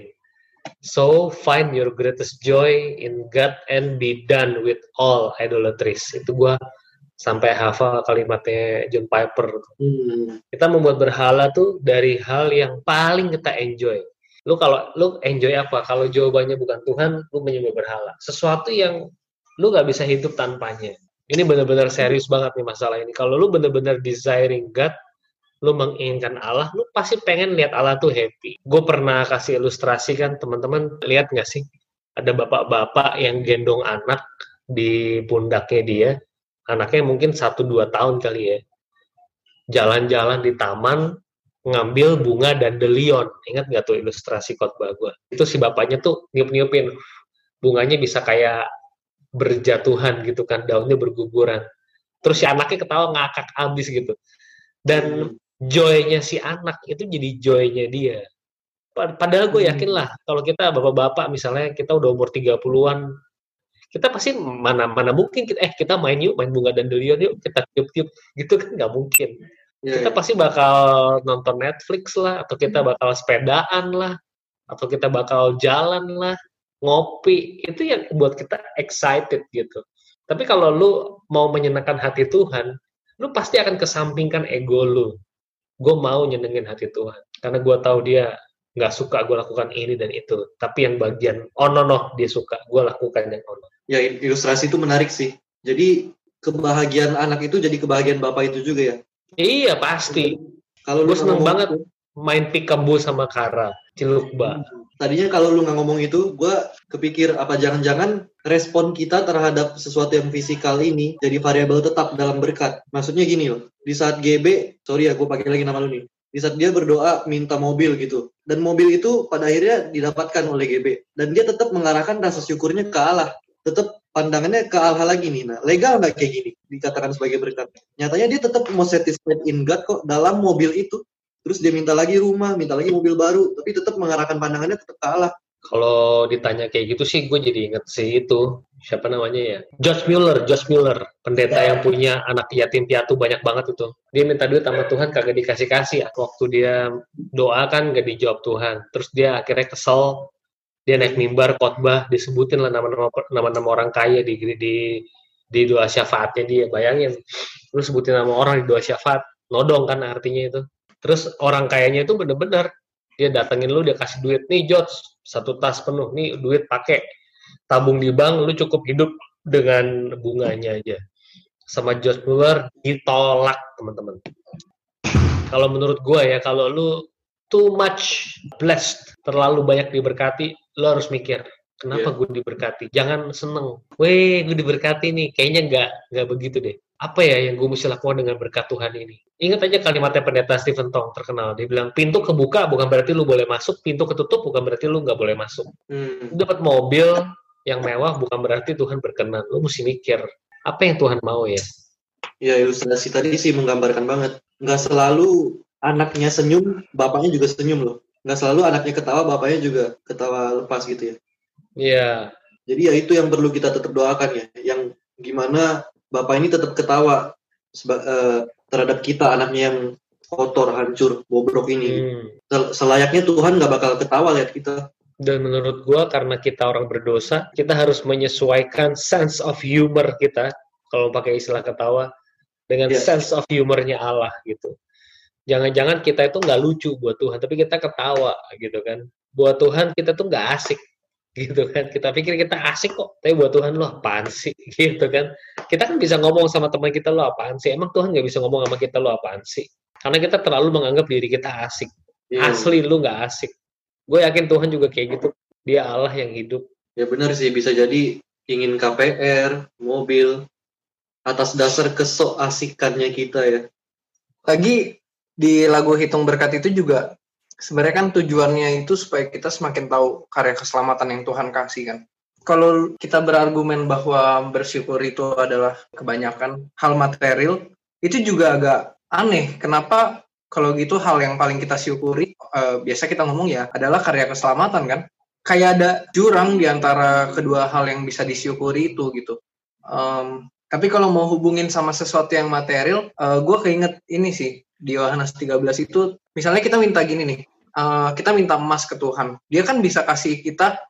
So find your greatest joy in God and be done with all idolatries. Itu gua sampai hafal kalimatnya John Piper. Hmm. Kita membuat berhala tuh dari hal yang paling kita enjoy. Lu kalau lu enjoy apa? Kalau jawabannya bukan Tuhan, lu menyembah berhala. Sesuatu yang lu gak bisa hidup tanpanya. Ini benar-benar serius banget nih masalah ini. Kalau lu benar-benar desiring God, lu menginginkan Allah, lu pasti pengen lihat Allah tuh happy. Gue pernah kasih ilustrasi kan, teman-teman lihat nggak sih? Ada bapak-bapak yang gendong anak di pundaknya dia, anaknya mungkin satu dua tahun kali ya, jalan-jalan di taman, ngambil bunga dandelion. Ingat nggak tuh ilustrasi khotbah gue? Itu si bapaknya tuh niup-niupin, bunganya bisa kayak berjatuhan gitu kan, daunnya berguguran. Terus si anaknya ketawa ngakak abis gitu. Dan joy-nya si anak itu jadi joy-nya dia. Padahal gue yakin lah, kalau kita bapak-bapak misalnya kita udah umur tiga puluhan, kita pasti mana mana mungkin kita eh kita main yuk, main bunga dandelion yuk, kita tiup-tiup gitu kan nggak mungkin. Ya, Kita ya. pasti bakal nonton Netflix lah, atau kita bakal sepedaan lah, atau kita bakal jalan lah, ngopi. Itu yang buat kita excited gitu. Tapi kalau lu mau menyenangkan hati Tuhan, lu pasti akan kesampingkan ego lu. Gue mau nyenengin hati Tuhan karena gue tahu dia nggak suka gue lakukan ini dan itu, tapi yang bagian oh no no dia suka, gue lakukan yang oh no. Ya, ilustrasi itu menarik sih. Jadi kebahagiaan anak itu jadi kebahagiaan bapak itu juga ya. Iya pasti. Kalau Gue lu nggak seneng ngomong banget itu, main pikaboo sama Kara, Cilukba. tadinya kalau lu nggak ngomong itu, gue kepikir apa jangan-jangan respon kita terhadap sesuatu yang fisikal ini jadi variabel tetap dalam berkat. Maksudnya gini loh, di saat G B, sorry ya gue pakai lagi nama lu nih, di saat dia berdoa minta mobil gitu, dan mobil itu pada akhirnya didapatkan oleh G B, dan dia tetap mengarahkan rasa syukurnya ke Allah, tetap pandangannya ke Allah lagi nih. Nah, legal nggak kayak gini dikatakan sebagai berkat? Nyatanya dia tetap mau satisfied in God kok dalam mobil itu. Terus dia minta lagi rumah, minta lagi mobil baru, tapi tetap mengarahkan pandangannya tetap ke Allah. Kalau ditanya kayak gitu sih, gue jadi inget sih itu siapa namanya ya, George Mueller, George Mueller, pendeta yang punya anak yatim piatu banyak banget itu. Dia minta duit sama Tuhan kagak dikasih-kasih. Waktu dia doa kan gak dijawab Tuhan. Terus dia akhirnya kesel, dia naik mimbar khotbah, disebutin lah nama-nama nama-nama orang kaya di di di doa syafaatnya dia. Bayangin, lu sebutin nama orang di doa syafaat, nodong kan artinya itu. Terus orang kayanya itu bener-bener dia datengin lu, dia kasih duit, nih George, satu tas penuh, nih duit pakai, tabung di bank, lu cukup hidup dengan bunganya aja. Sama George Mueller ditolak teman-teman. Kalau menurut gua ya, kalau lu too much blessed, terlalu banyak diberkati, lu harus mikir, kenapa Yeah. gue diberkati? Jangan seneng, weh gue diberkati nih, kayaknya nggak nggak begitu deh. Apa ya yang gue mesti lakukan dengan berkat Tuhan ini? Ingat aja kalimatnya pendeta Stephen Tong terkenal. Dia bilang, pintu kebuka bukan berarti lu boleh masuk, pintu ketutup bukan berarti lu nggak boleh masuk. Hmm. Lu dapat mobil yang mewah bukan berarti Tuhan berkenan. Lu mesti mikir, apa yang Tuhan mau ya? Ya, ilustrasi tadi sih menggambarkan banget. Nggak selalu anaknya senyum, bapaknya juga senyum loh. Nggak selalu anaknya ketawa, bapaknya juga ketawa lepas gitu ya. Iya. Jadi ya itu yang perlu kita tetap doakan ya. Yang gimana bapak ini tetap ketawa seba- eh, terhadap kita, anaknya yang kotor, hancur, bobrok ini. Hmm. Sel- Selayaknya Tuhan nggak bakal ketawa lihat kita. Dan menurut gue karena kita orang berdosa, kita harus menyesuaikan sense of humor kita, kalau pakai istilah ketawa, dengan Iya. sense of humornya Allah gitu. Jangan-jangan kita itu nggak lucu buat Tuhan, tapi kita ketawa gitu kan. Buat Tuhan kita tuh nggak asik gitu kan. Kita pikir kita asik kok, tapi buat Tuhan lo apaan sih gitu kan. Kita kan bisa ngomong sama teman kita, lo apaan sih. Emang Tuhan nggak bisa ngomong sama kita, lo apaan sih. Karena kita terlalu menganggap diri kita asik. Iya. Asli lu nggak asik. Gue yakin Tuhan juga kayak gitu. Dia Allah yang hidup. Ya benar sih, bisa jadi ingin K P R, mobil, atas dasar kesok asikannya kita ya. Lagi di lagu Hitung Berkat itu juga sebenarnya kan tujuannya itu supaya kita semakin tahu karya keselamatan yang Tuhan kasih kan. Kalau kita berargumen bahwa bersyukur itu adalah kebanyakan hal material, itu juga agak aneh. Kenapa kalau gitu hal yang paling kita syukuri, eh, biasa kita ngomong ya, adalah karya keselamatan kan. Kayak ada jurang di antara kedua hal yang bisa disyukuri itu gitu. Em, tapi kalau mau hubungin sama sesuatu yang material, eh, gue keinget ini sih, di Yohanes tiga belas itu, misalnya kita minta gini nih, eh, kita minta emas ke Tuhan. Dia kan bisa kasih kita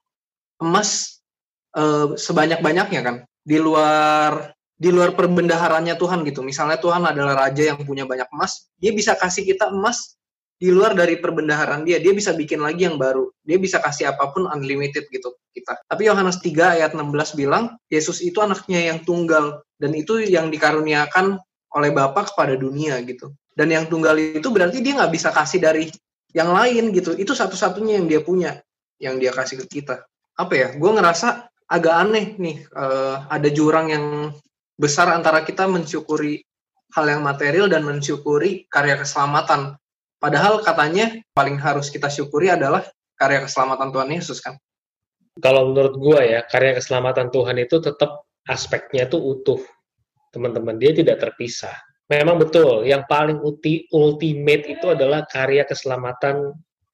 emas eh, sebanyak-banyaknya kan, di luar di luar perbendaharannya Tuhan gitu. Misalnya Tuhan adalah raja yang punya banyak emas, dia bisa kasih kita emas di luar dari perbendaharaan dia. Dia bisa bikin lagi yang baru. Dia bisa kasih apapun unlimited gitu kita. Tapi Yohanes tiga ayat enam belas bilang, Yesus itu anaknya yang tunggal, dan itu yang dikaruniakan oleh Bapa kepada dunia gitu. Dan yang tunggal itu berarti dia nggak bisa kasih dari yang lain gitu. Itu satu-satunya yang dia punya, yang dia kasih ke kita. Apa ya, gue ngerasa agak aneh nih, uh, ada jurang yang besar antara kita mensyukuri hal yang material dan mensyukuri karya keselamatan. Padahal katanya paling harus kita syukuri adalah karya keselamatan Tuhan Yesus kan. Kalau menurut gue ya, karya keselamatan Tuhan itu tetap aspeknya tuh utuh. Teman-teman, dia tidak terpisah. Memang betul, yang paling uti, ultimate itu adalah karya keselamatan,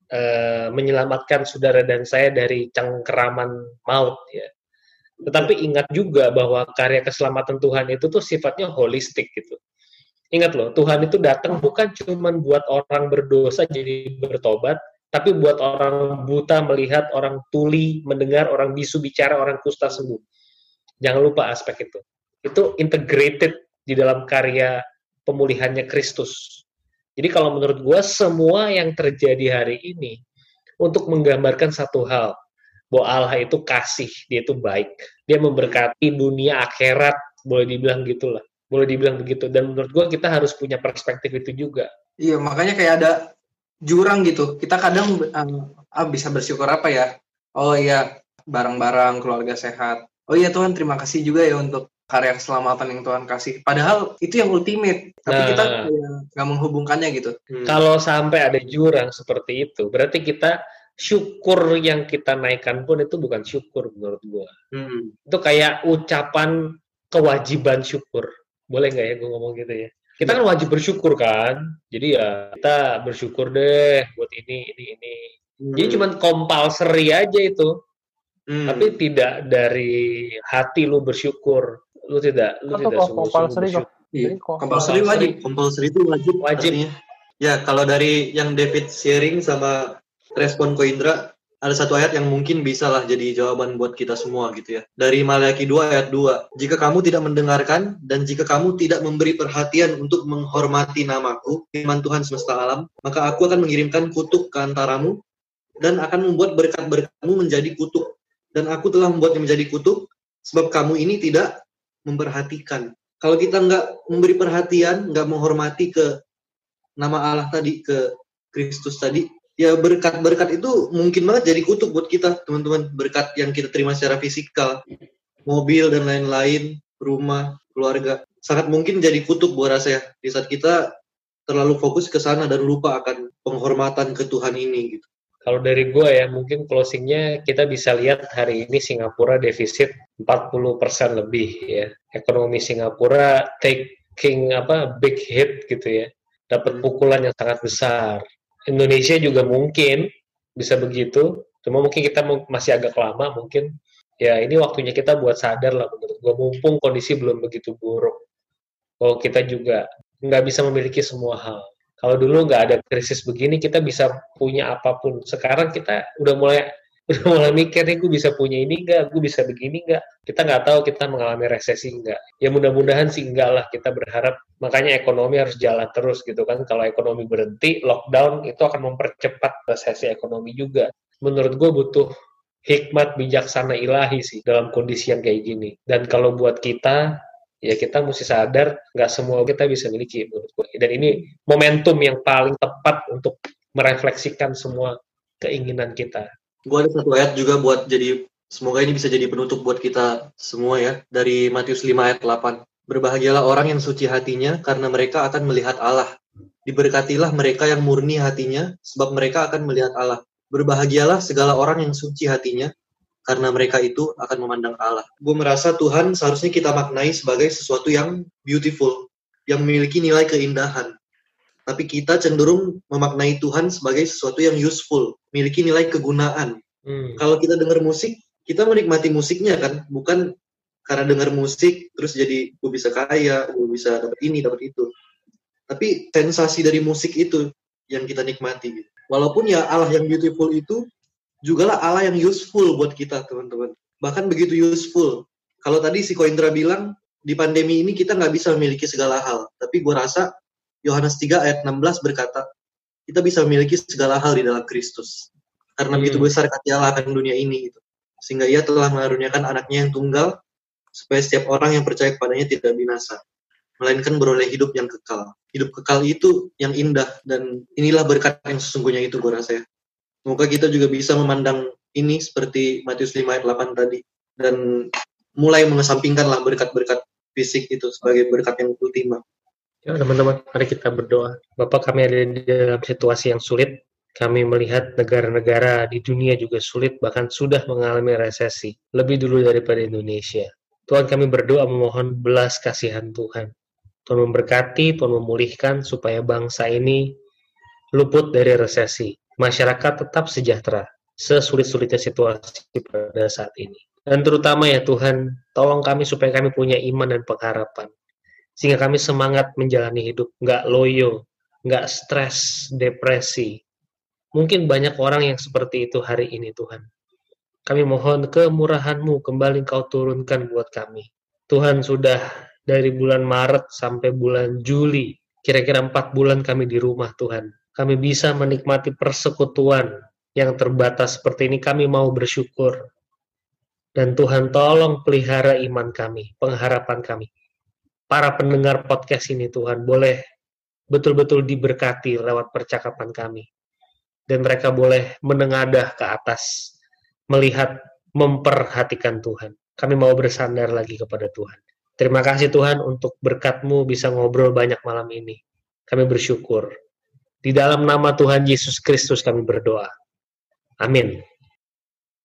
eh, menyelamatkan saudara dan saya dari cengkeraman maut ya. Tetapi ingat juga bahwa karya keselamatan Tuhan itu tuh sifatnya holistik gitu. Ingat loh, Tuhan itu datang bukan cuma buat orang berdosa jadi bertobat, tapi buat orang buta melihat, orang tuli mendengar, orang bisu bicara, orang kusta sembuh. Jangan lupa aspek itu. Itu integrated di dalam karya pemulihannya Kristus. Jadi kalau menurut gue, semua yang terjadi hari ini untuk menggambarkan satu hal, bahwa Allah itu kasih, dia itu baik. Dia memberkati dunia akhirat, boleh dibilang gitulah. Boleh dibilang begitu. Dan menurut gue kita harus punya perspektif itu juga. Iya, makanya kayak ada jurang gitu. Kita kadang um, ah, bisa bersyukur apa ya? Oh iya, barang-barang, keluarga sehat. Oh iya Tuhan, terima kasih juga ya untuk karya keselamatan yang Tuhan kasih. Padahal itu yang ultimate. Tapi Nah, kita nggak menghubungkannya gitu. Hmm. kalau sampai ada jurang seperti itu, berarti kita syukur yang kita naikkan pun itu bukan syukur menurut gue. Hmm. Itu kayak ucapan kewajiban syukur. Boleh nggak ya gue ngomong gitu ya? Kita kan wajib bersyukur kan? Jadi ya kita bersyukur deh buat ini, ini, ini. Hmm. Jadi cuma compulsory aja itu. Hmm. Tapi tidak dari hati lu bersyukur. Lu tidak, lu Atau tidak kok sungguh-sungguh compulsory kok. bersyukur. Iya. Jadi kok Compulsory wajib. Compulsory itu wajib. Wajib. Artinya. Ya, kalau dari yang David sharing sama respon Ko Indra, ada satu ayat yang mungkin bisa lah jadi jawaban buat kita semua gitu ya. Dari Maliaki dua ayat dua. Jika kamu tidak mendengarkan dan jika kamu tidak memberi perhatian untuk menghormati namaku, firman Tuhan semesta alam, maka aku akan mengirimkan kutuk ke antaramu dan akan membuat berkat-berkatmu menjadi kutuk. Dan aku telah membuatnya menjadi kutuk sebab kamu ini tidak memperhatikan. Kalau kita nggak memberi perhatian, nggak menghormati ke nama Allah tadi, ke Kristus tadi, ya berkat-berkat itu mungkin banget jadi kutuk buat kita, teman-teman. Berkat yang kita terima secara fisikal, mobil dan lain-lain, rumah, keluarga, sangat mungkin jadi kutuk buat rasa ya, di saat kita terlalu fokus ke sana dan lupa akan penghormatan ke Tuhan ini gitu. Kalau dari gue ya, mungkin closingnya kita bisa lihat hari ini Singapura defisit empat puluh persen lebih ya. Ekonomi Singapura taking apa big hit gitu ya. Dapat pukulan yang sangat besar. Indonesia juga mungkin bisa begitu. Cuma mungkin kita masih agak lama mungkin. Ya ini waktunya kita buat sadar lah menurut gue. Mumpung kondisi belum begitu buruk. Kalau kita juga nggak bisa memiliki semua hal. Kalau dulu nggak ada krisis begini, kita bisa punya apapun. Sekarang kita udah mulai Udah mulai mikir nih, gue bisa punya ini nggak, gue bisa begini nggak. Kita nggak tahu kita mengalami resesi nggak. Ya mudah-mudahan sih enggak lah, kita berharap. Makanya ekonomi harus jalan terus gitu kan. Kalau ekonomi berhenti, lockdown itu akan mempercepat resesi ekonomi juga. Menurut gue butuh hikmat bijaksana ilahi sih dalam kondisi yang kayak gini. Dan kalau buat kita, ya kita mesti sadar nggak semua kita bisa miliki menurut gue. Dan ini momentum yang paling tepat untuk merefleksikan semua keinginan kita. Gue ada satu ayat juga buat jadi, semoga ini bisa jadi penutup buat kita semua ya, dari Matius lima ayat delapan. Berbahagialah orang yang suci hatinya, karena mereka akan melihat Allah. Diberkatilah mereka yang murni hatinya, sebab mereka akan melihat Allah. Berbahagialah segala orang yang suci hatinya, karena mereka itu akan memandang Allah. Gue merasa Tuhan seharusnya kita maknai sebagai sesuatu yang beautiful, yang memiliki nilai keindahan. Tapi kita cenderung memaknai Tuhan sebagai sesuatu yang useful, memiliki nilai kegunaan. Hmm. Kalau kita dengar musik, kita menikmati musiknya kan, bukan karena dengar musik terus jadi gue bisa kaya, gue bisa dapat ini, dapat itu. Tapi sensasi dari musik itu yang kita nikmati. Walaupun ya Allah yang beautiful itu jugalah Allah yang useful buat kita, teman-teman. Bahkan begitu useful. Kalau tadi si Ko Indra bilang, di pandemi ini kita nggak bisa memiliki segala hal. Tapi gue rasa Yohanes tiga ayat enam belas berkata, kita bisa memiliki segala hal di dalam Kristus. Karena hmm. begitu besar kasih Allah akan dunia ini. Gitu. Sehingga ia telah mengaruniakan anaknya yang tunggal, supaya setiap orang yang percaya kepadanya tidak binasa, melainkan beroleh hidup yang kekal. Hidup kekal itu yang indah, dan inilah berkat yang sesungguhnya itu, gue rasa ya. Semoga kita juga bisa memandang ini seperti Matius lima ayat delapan tadi, dan mulai mengesampingkanlah berkat-berkat fisik itu sebagai berkat yang ultima. Ya teman-teman, mari kita berdoa. Bapak, kami ada di dalam situasi yang sulit. Kami melihat negara-negara di dunia juga sulit, bahkan sudah mengalami resesi. Lebih dulu daripada Indonesia. Tuhan, kami berdoa memohon belas kasihan Tuhan. Tuhan memberkati, Tuhan memulihkan supaya bangsa ini luput dari resesi. Masyarakat tetap sejahtera, sesulit-sulitnya situasi pada saat ini. Dan terutama ya Tuhan, tolong kami supaya kami punya iman dan pengharapan. Sehingga kami semangat menjalani hidup, nggak loyo, nggak stres, depresi. Mungkin banyak orang yang seperti itu hari ini Tuhan. Kami mohon kemurahan-Mu kembali Kau turunkan buat kami. Tuhan, sudah dari bulan Maret sampai bulan Juli, kira-kira empat bulan kami di rumah Tuhan. Kami bisa menikmati persekutuan yang terbatas seperti ini, kami mau bersyukur. Dan Tuhan tolong pelihara iman kami, pengharapan kami. Para pendengar podcast ini Tuhan boleh betul-betul diberkati lewat percakapan kami. Dan mereka boleh menengadah ke atas, melihat, memperhatikan Tuhan. Kami mau bersandar lagi kepada Tuhan. Terima kasih Tuhan untuk berkat-Mu bisa ngobrol banyak malam ini. Kami bersyukur. Di dalam nama Tuhan Yesus Kristus kami berdoa. Amin.